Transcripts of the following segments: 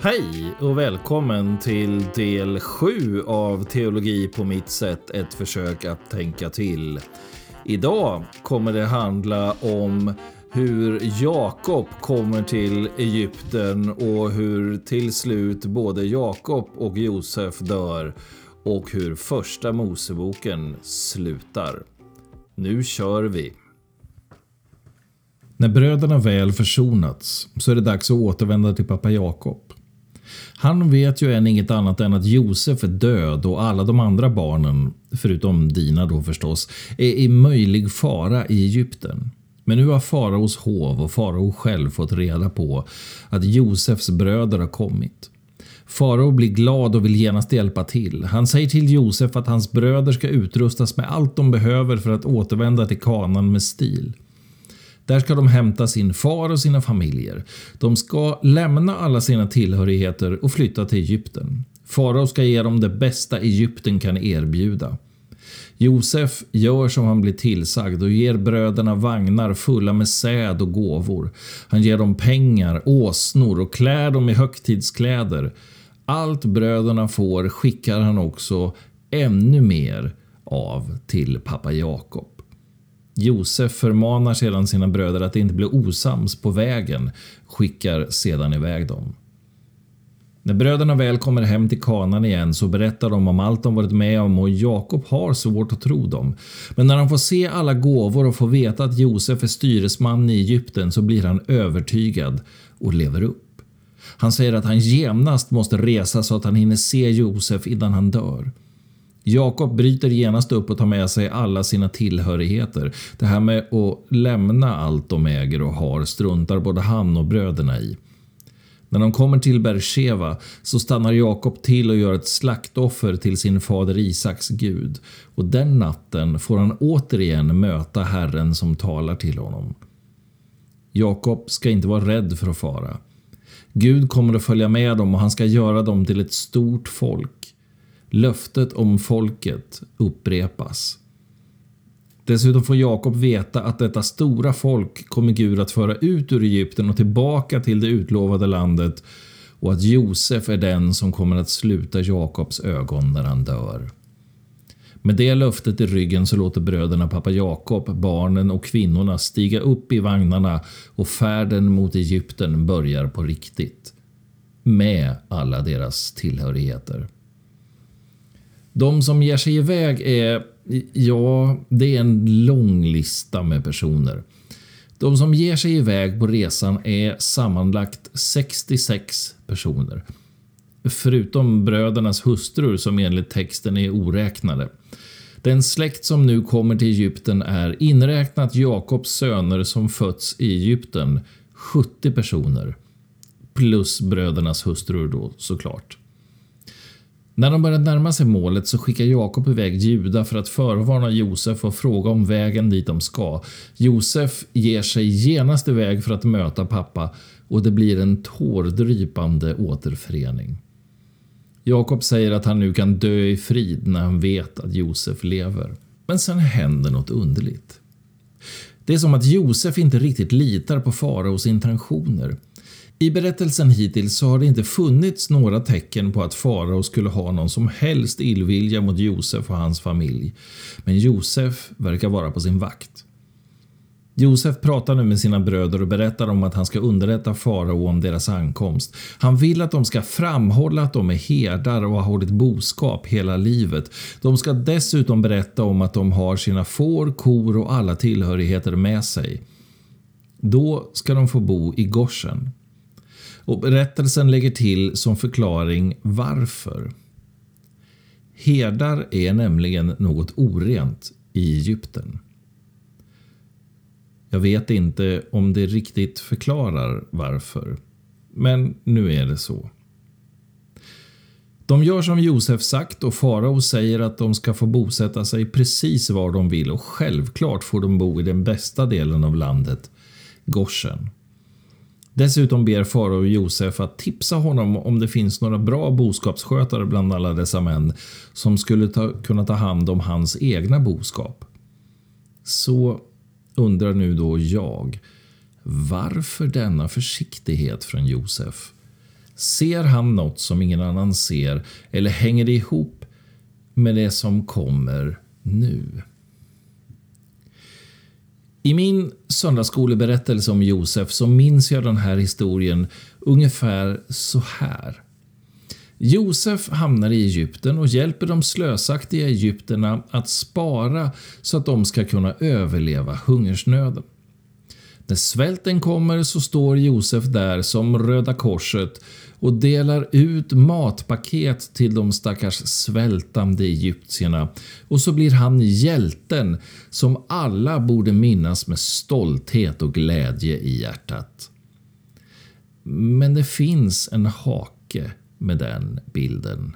Hej och välkommen till del 7 av Teologi på mitt sätt, ett försök att tänka till. Idag kommer det handla om hur Jakob kommer till Egypten och hur till slut både Jakob och Josef dör och hur första Moseboken slutar. Nu kör vi! När bröderna väl försonats så är det dags att återvända till pappa Jakob. Han vet ju än inget annat än att Josef är död och alla de andra barnen, förutom Dina då förstås, är i möjlig fara i Egypten. Men nu har faraos hov och farao själv fått reda på att Josefs bröder har kommit. Farao blir glad och vill genast hjälpa till. Han säger till Josef att hans bröder ska utrustas med allt de behöver för att återvända till Kanaan med stil. Där ska de hämta sin far och sina familjer. De ska lämna alla sina tillhörigheter och flytta till Egypten. Farao ska ge dem det bästa Egypten kan erbjuda. Josef gör som han blir tillsagd och ger bröderna vagnar fulla med säd och gåvor. Han ger dem pengar, åsnor och klär dem i högtidskläder. Allt bröderna får skickar han också ännu mer av till pappa Jakob. Josef förmanar sedan sina bröder att inte bli osams på vägen, skickar sedan iväg dem. När bröderna väl kommer hem till Kanaan igen så berättar de om allt de varit med om och Jakob har svårt att tro dem. Men när han får se alla gåvor och får veta att Josef är styresman i Egypten så blir han övertygad och lever upp. Han säger att han genast måste resa så att han hinner se Josef innan han dör. Jakob bryter genast upp och tar med sig alla sina tillhörigheter. Det här med att lämna allt de äger och har struntar både han och bröderna i. När de kommer till Bersheva så stannar Jakob till och gör ett slaktoffer till sin fader Isaks Gud. Och den natten får han återigen möta Herren som talar till honom. Jakob ska inte vara rädd för att fara. Gud kommer att följa med dem och han ska göra dem till ett stort folk. Löftet om folket upprepas. Dessutom får Jakob veta att detta stora folk kommer Gud att föra ut ur Egypten och tillbaka till det utlovade landet och att Josef är den som kommer att sluta Jakobs ögon när han dör. Med det löftet i ryggen så låter bröderna pappa Jakob, barnen och kvinnorna stiga upp i vagnarna och färden mot Egypten börjar på riktigt. Med alla deras tillhörigheter. De som ger sig iväg det är en lång lista med personer. De som ger sig iväg på resan är sammanlagt 66 personer. Förutom brödernas hustrur som enligt texten är oräknade. Den släkt som nu kommer till Egypten är inräknat Jakobs söner som fötts i Egypten, 70 personer. Plus brödernas hustrur då såklart. När de börjar närma sig målet så skickar Jakob iväg Juda för att förvarna Josef och fråga om vägen dit de ska. Josef ger sig genast iväg för att möta pappa och det blir en tårdrypande återförening. Jakob säger att han nu kan dö i frid när han vet att Josef lever. Men sen händer något underligt. Det är som att Josef inte riktigt litar på faraos intentioner. I berättelsen hittills så har det inte funnits några tecken på att farao skulle ha någon som helst illvilja mot Josef och hans familj. Men Josef verkar vara på sin vakt. Josef pratar nu med sina bröder och berättar om att han ska underrätta farao om deras ankomst. Han vill att de ska framhålla att de är herdar och har hållit boskap hela livet. De ska dessutom berätta om att de har sina får, kor och alla tillhörigheter med sig. Då ska de få bo i Goshen. Och berättelsen lägger till som förklaring varför. Herdar är nämligen något orent i Egypten. Jag vet inte om det riktigt förklarar varför. Men nu är det så. De gör som Josef sagt och farao säger att de ska få bosätta sig precis var de vill och självklart får de bo i den bästa delen av landet, Goshen. Dessutom ber farao Josef att tipsa honom om det finns några bra boskapsskötare bland alla dessa män som skulle kunna ta hand om hans egna boskap. Så undrar nu då jag, varför denna försiktighet från Josef? Ser han något som ingen annan ser, eller hänger det ihop med det som kommer nu? I min söndagsskoleberättelse om Josef så minns jag den här historien ungefär så här. Josef hamnar i Egypten och hjälper de slösaktiga egypterna att spara så att de ska kunna överleva hungersnöden. När svälten kommer så står Josef där som Röda Korset och delar ut matpaket till de stackars svältande egyptierna, och så blir han hjälten som alla borde minnas med stolthet och glädje i hjärtat. Men det finns en hake med den bilden.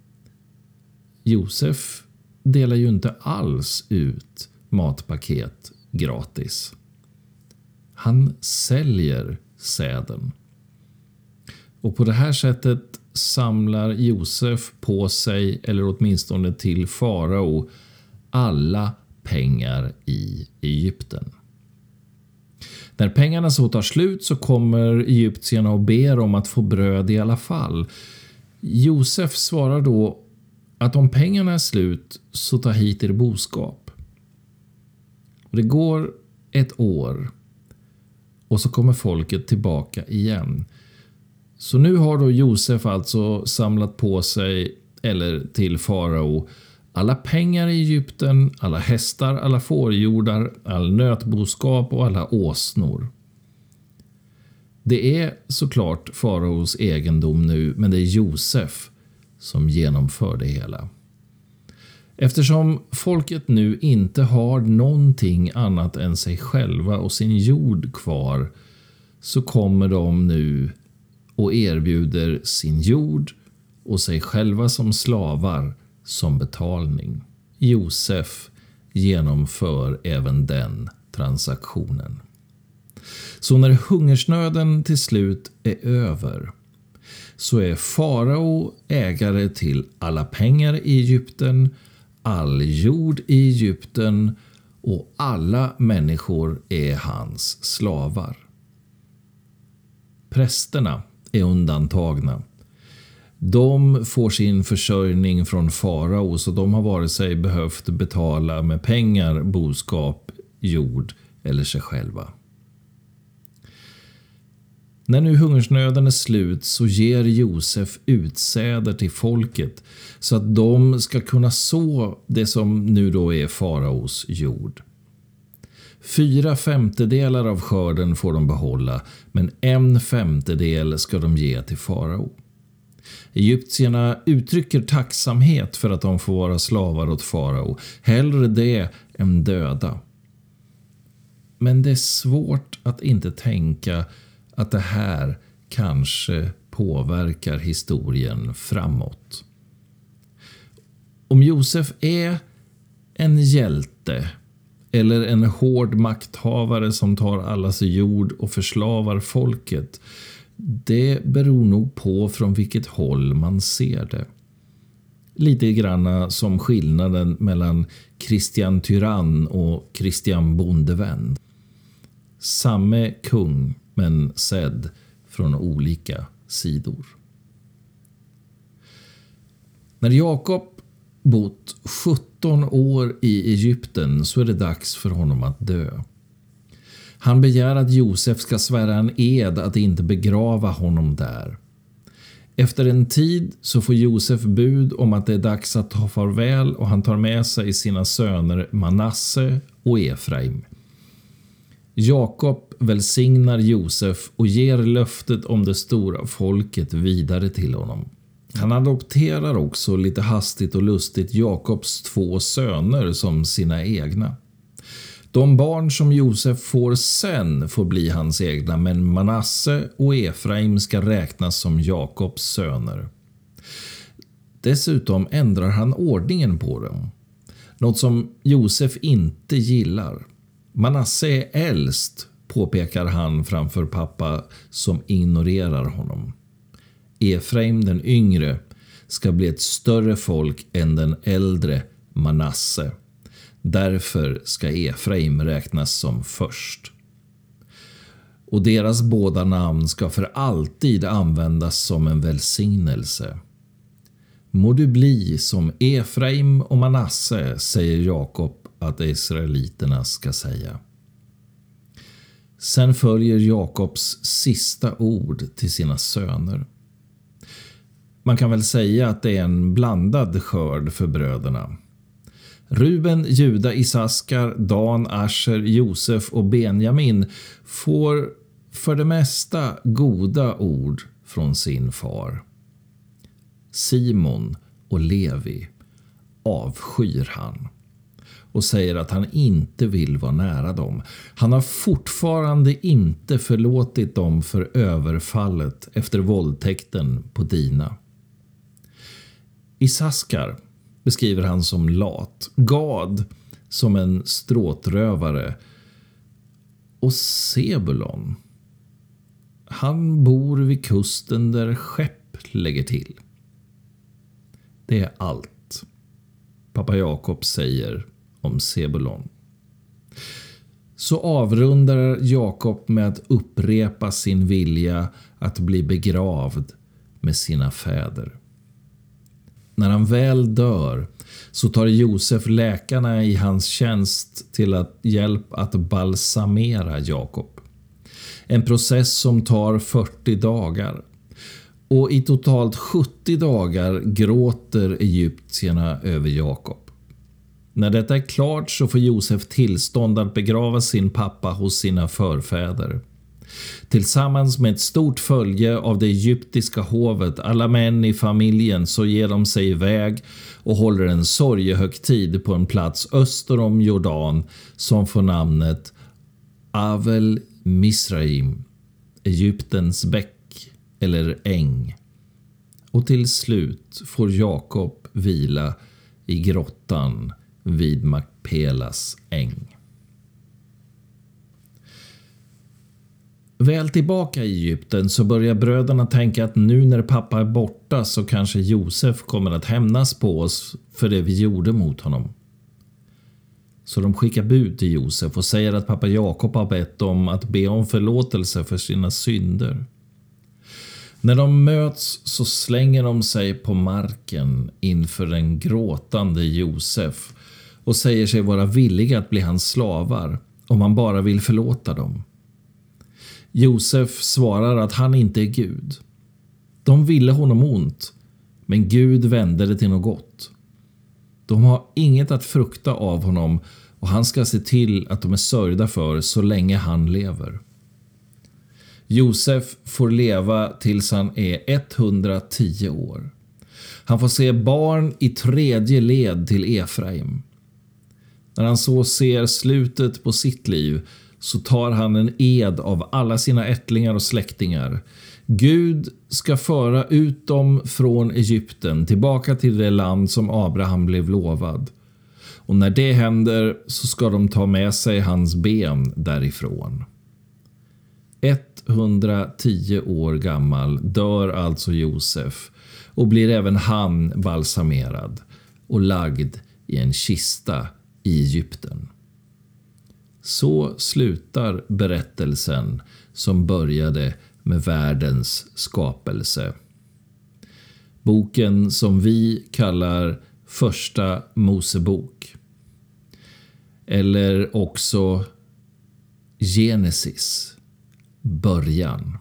Josef delar ju inte alls ut matpaket gratis. Han säljer säden. Och på det här sättet samlar Josef på sig, eller åtminstone till farao, alla pengar i Egypten. När pengarna så tar slut så kommer egyptierna och ber om att få bröd i alla fall. Josef svarar då att om pengarna är slut så ta hit er boskap. Och det går ett år och så kommer folket tillbaka igen. Så nu har då Josef alltså samlat på sig, eller till farao, alla pengar i Egypten, alla hästar, alla fårjordar, all nötboskap och alla åsnor. Det är såklart faraos egendom nu, men det är Josef som genomför det hela. Eftersom folket nu inte har någonting annat än sig själva och sin jord kvar, så kommer de nu och erbjuder sin jord och sig själva som slavar som betalning. Josef genomför även den transaktionen. Så när hungersnöden till slut är över så är farao ägare till alla pengar i Egypten, all jord i Egypten och alla människor är hans slavar. Prästerna är undantagna. De får sin försörjning från farao, så de har vare sig behövt betala med pengar, boskap, jord eller sig själva. När nu hungersnöden är slut så ger Josef utsäder till folket så att de ska kunna så det som nu då är faraos jord. 4/5 av skörden får de behålla, men 1/5 ska de ge till farao. Egyptierna uttrycker tacksamhet för att de får vara slavar åt farao, hellre det än döda. Men det är svårt att inte tänka att det här kanske påverkar historien framåt. Om Josef är en hjälte eller en hård makthavare som tar allas jord och förslavar folket, det beror nog på från vilket håll man ser det. Lite grann som skillnaden mellan Kristian Tyrann och Kristian Bondevän. Samme kung, men sedd från olika sidor. När Jakob bott 17 år i Egypten så är det dags för honom att dö. Han begär att Josef ska svära en ed att inte begrava honom där. Efter en tid så får Josef bud om att det är dags att ta farväl, och han tar med sig sina söner Manasse och Efraim. Jakob välsignar Josef och ger löftet om det stora folket vidare till honom. Han adopterar också lite hastigt och lustigt Jakobs 2 söner som sina egna. De barn som Josef får sen får bli hans egna, men Manasse och Efraim ska räknas som Jakobs söner. Dessutom ändrar han ordningen på dem. Något som Josef inte gillar. Manasse är äldst, påpekar han framför pappa som ignorerar honom. Efraim, den yngre, ska bli ett större folk än den äldre Manasse. Därför ska Efraim räknas som först. och deras båda namn ska för alltid användas som en välsignelse. Må du bli som Efraim och Manasse, säger Jakob att israeliterna ska säga. Sen följer Jakobs sista ord till sina söner. Man kan väl säga att det är en blandad skörd för bröderna. Ruben, Juda, Isaskar, Dan, Asher, Josef och Benjamin får för det mesta goda ord från sin far. Simon och Levi avskyr han och säger att han inte vill vara nära dem. Han har fortfarande inte förlåtit dem för överfallet efter våldtäkten på Dina. Isaskar beskriver han som lat, Gad som en stråtrövare och Sebulon, han bor vid kusten där skepp lägger till. Det är allt pappa Jakob säger om Sebulon. Så avrundar Jakob med att upprepa sin vilja att bli begravd med sina fäder. När han väl dör så tar Josef läkarna i hans tjänst till att hjälp att balsamera Jakob. En process som tar 40 dagar. Och i totalt 70 dagar gråter egyptierna över Jakob. När detta är klart så får Josef tillstånd att begrava sin pappa hos sina förfäder. Tillsammans med ett stort följe av det egyptiska hovet, alla män i familjen, så ger de sig iväg och håller en sorgehögtid på en plats öster om Jordan som får namnet Avel Misraim, Egyptens bäck eller äng. Och till slut får Jakob vila i grottan vid Makpelas äng. Väl tillbaka i Egypten så börjar bröderna tänka att nu när pappa är borta så kanske Josef kommer att hämnas på oss för det vi gjorde mot honom. Så de skickar bud till Josef och säger att pappa Jakob har bett dem att be om förlåtelse för sina synder. När de möts så slänger de sig på marken inför den gråtande Josef och säger sig vara villiga att bli hans slavar om han bara vill förlåta dem. Josef svarar att han inte är Gud. De ville honom ont, men Gud vände det till något gott. De har inget att frukta av honom och han ska se till att de är sörjda för så länge han lever. Josef får leva tills han är 110 år. Han får se barn i 3:e led till Efraim. När han så ser slutet på sitt liv så tar han en ed av alla sina ättlingar och släktingar. Gud ska föra ut dem från Egypten tillbaka till det land som Abraham blev lovad. Och när det händer så ska de ta med sig hans ben därifrån. 110 år gammal dör alltså Josef och blir även han balsamerad och lagd i en kista i Egypten. Så slutar berättelsen som började med världens skapelse. Boken som vi kallar Första Mosebok. Eller också Genesis, början.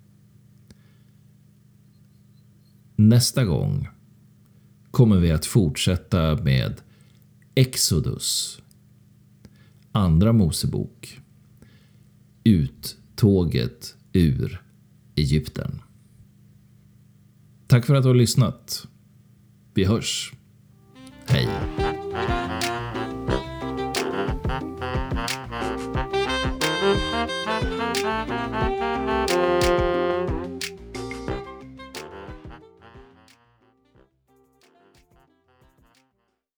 Nästa gång kommer vi att fortsätta med Exodus. Andra Mosebok. Uttåget ur Egypten. Tack för att du har lyssnat. Vi hörs.